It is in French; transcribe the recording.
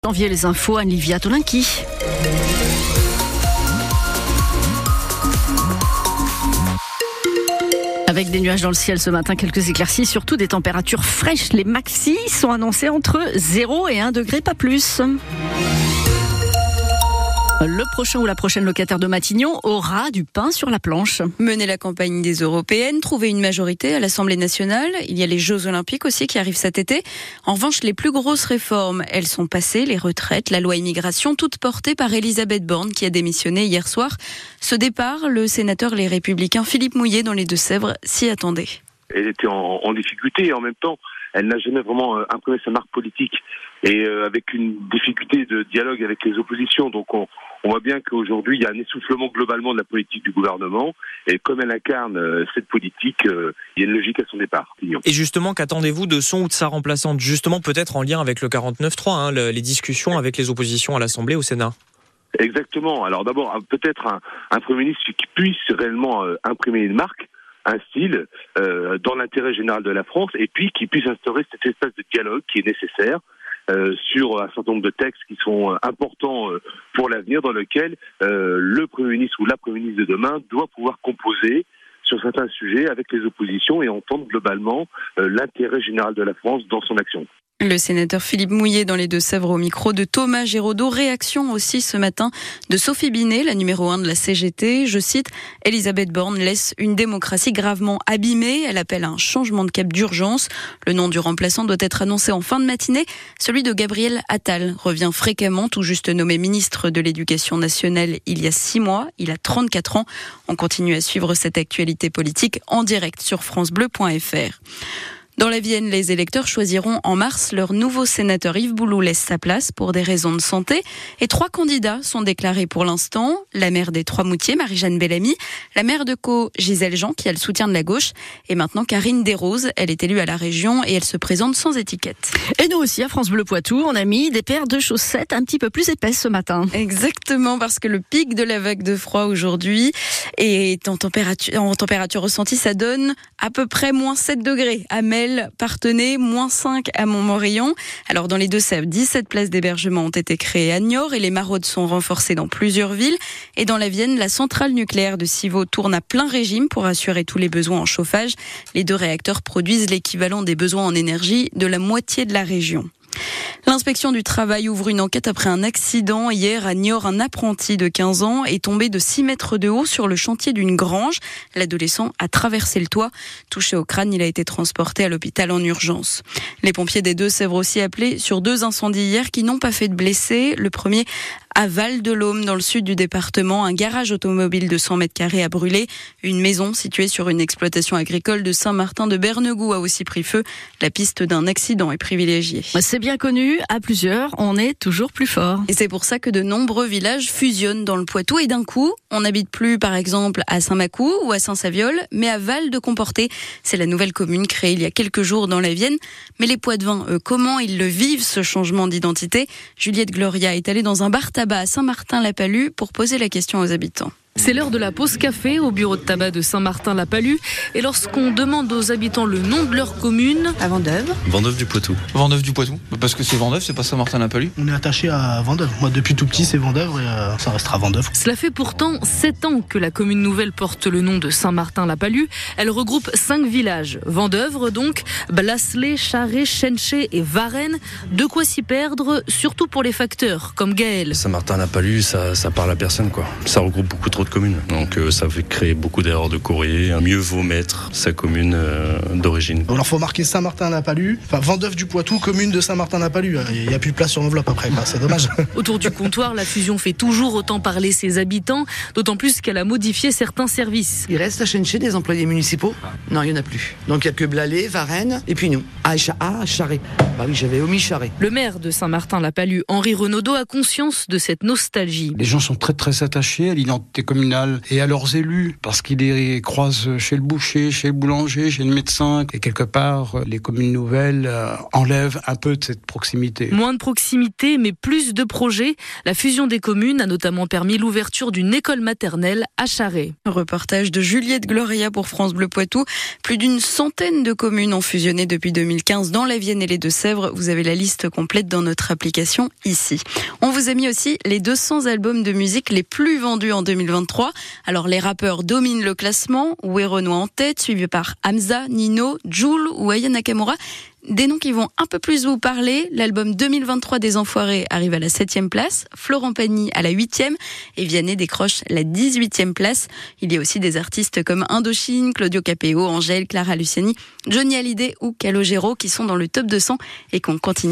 Janvier, les infos, Olivia Tolinki. Avec des nuages dans le ciel ce matin, quelques éclaircies, surtout des températures fraîches. Les maxis sont annoncés entre 0 et 1 degré, pas plus. Le prochain ou la prochaine locataire de Matignon aura du pain sur la planche. Mener la campagne des européennes, trouver une majorité à l'Assemblée nationale. Il y a les Jeux olympiques aussi qui arrivent cet été. En revanche, les plus grosses réformes, elles sont passées. Les retraites, la loi immigration, toutes portées par Elisabeth Borne qui a démissionné hier soir. Ce départ, le sénateur Les Républicains Philippe Mouillet dans les Deux-Sèvres s'y attendait. Elle était en difficulté et en même temps, elle n'a jamais vraiment imprimé sa marque politique. Et avec une difficulté de dialogue avec les oppositions. Donc on voit bien qu'aujourd'hui, il y a un essoufflement globalement de la politique du gouvernement. Et comme elle incarne cette politique, il y a une logique à son départ. Et justement, qu'attendez-vous de son ou de sa remplaçante ? Justement, peut-être en lien avec le 49.3, les discussions avec les oppositions à l'Assemblée, au Sénat. Exactement. Alors d'abord, peut-être un Premier ministre qui puisse réellement imprimer une marque, un style, dans l'intérêt général de la France, et puis qui puisse instaurer cet espace de dialogue qui est nécessaire, sur un certain nombre de textes qui sont importants pour l'avenir, dans lequel le Premier ministre ou la Première ministre de demain doit pouvoir composer sur certains sujets avec les oppositions et entendre globalement l'intérêt général de la France dans son action. Le sénateur Philippe Mouillet dans les Deux-Sèvres au micro de Thomas Géraudot. Réaction aussi ce matin de Sophie Binet, la numéro 1 de la CGT. Je cite, Elisabeth Borne laisse une démocratie gravement abîmée. Elle appelle à un changement de cap d'urgence. Le nom du remplaçant doit être annoncé en fin de matinée. Celui de Gabriel Attal revient fréquemment, tout juste nommé ministre de l'Éducation nationale il y a 6 mois. Il a 34 ans. On continue à suivre cette actualité politique en direct sur francebleu.fr. Dans la Vienne, les électeurs choisiront en mars leur nouveau sénateur. Yves Boulou laisse sa place pour des raisons de santé. Et 3 candidats sont déclarés pour l'instant. La maire des Trois-Moutiers, Marie-Jeanne Bellamy. La maire de Caux, Gisèle Jean, qui a le soutien de la gauche. Et maintenant, Karine Desroses. Elle est élue à la région et elle se présente sans étiquette. Et nous aussi, à France Bleu Poitou, on a mis des paires de chaussettes un petit peu plus épaisses ce matin. Exactement, parce que le pic de la vague de froid aujourd'hui est en température ressentie, ça donne à peu près moins 7 degrés à Mel, Parthenay, moins 5 à Montmorillon. Alors dans les Deux-Sèvres, 17 places d'hébergement ont été créées à Niort et les maraudes sont renforcées dans plusieurs villes. Et dans la Vienne, la centrale nucléaire de Civaux tourne à plein régime pour assurer tous les besoins en chauffage. Les 2 réacteurs produisent l'équivalent des besoins en énergie de la moitié de la région. L'inspection du travail ouvre une enquête après un accident. Hier, à Niort, un apprenti de 15 ans est tombé de 6 mètres de haut sur le chantier d'une grange. L'adolescent a traversé le toit. Touché au crâne, il a été transporté à l'hôpital en urgence. Les pompiers des Deux-Sèvres aussi appelés sur 2 incendies hier qui n'ont pas fait de blessés. Le premier à Val-de-Laume, dans le sud du département, un garage automobile de 100 mètres carrés a brûlé. Une maison située sur une exploitation agricole de Saint-Martin-de-Bernegou a aussi pris feu. La piste d'un accident est privilégiée. C'est bien connu, à plusieurs, on est toujours plus fort. Et c'est pour ça que de nombreux villages fusionnent dans le Poitou et d'un coup, on n'habite plus par exemple à Saint-Macou ou à Saint-Saviol, mais à Val-de-Comporté. C'est la nouvelle commune créée il y a quelques jours dans la Vienne. Mais les Poitevins, comment ils le vivent ce changement d'identité ? Juliette Gloria est allée dans un bar tabac à Saint-Martin-la-Palue pour poser la question aux habitants. C'est l'heure de la pause café au bureau de tabac de Saint-Martin-la-Palue. Et lorsqu'on demande aux habitants le nom de leur commune... À Vendeuve. Vendeuve du Poitou. Vendeuve du Poitou. Parce que c'est Vendeuve, c'est pas Saint-Martin-la-Palue. On est attaché à Vendeuve. Moi, depuis tout petit, c'est Vendeuve et ça restera Vendeuve. Cela fait pourtant 7 ans que la commune nouvelle porte le nom de Saint-Martin-la-Palue. Elle regroupe 5 villages. Vendeuvre donc, Blasley, Charret, Chenché et Varennes. De quoi s'y perdre, surtout pour les facteurs, comme Gaël. Saint-Martin-la-Palue, ça parle à personne, quoi. Ça regroupe beaucoup trop de communes. Donc ça fait créer beaucoup d'erreurs de courrier. Mieux vaut mettre sa commune d'origine. Alors faut marquer Saint-Martin-la-Palue, Vendeuve du Poitou, commune de Saint-Martin-la-Palue. Il n'y a plus de place sur l'enveloppe après, quoi. C'est dommage. Autour du comptoir, la fusion fait toujours autant parler ses habitants, d'autant plus qu'elle a modifié certains services. Il reste à Chenché des employés municipaux ? Non, il n'y en a plus. Donc il n'y a que Blalet, Varennes et puis nous. Charret. Bah oui, j'avais omis Charret. Le maire de Saint-Martin-la-Palue, Henri Renaudot, a conscience de cette nostalgie. Les gens sont très très attachés à l'identité communal et à leurs élus, parce qu'ils les croisent chez le boucher, chez le boulanger, chez le médecin. Et quelque part, les communes nouvelles enlèvent un peu de cette proximité. Moins de proximité, mais plus de projets. La fusion des communes a notamment permis l'ouverture d'une école maternelle à Charret. Reportage de Juliette Gloria pour France Bleu Poitou. Plus d'une centaine de communes ont fusionné depuis 2015 dans la Vienne et les Deux-Sèvres. Vous avez la liste complète dans notre application ici. On vous a mis aussi les 200 albums de musique les plus vendus en 2023. Alors les rappeurs dominent le classement. Uwe Renoir en tête, suivi par Hamza, Nino, Jul ou Aya Nakamura. Des noms qui vont un peu plus vous parler. L'album 2023 des Enfoirés arrive à la 7e place, Florent Pagny à la 8e et Vianney décroche la 18e place. Il y a aussi des artistes comme Indochine, Claudio Capéo, Angèle, Clara Luciani, Johnny Hallyday ou Calogero qui sont dans le top 200 et qu'on continue.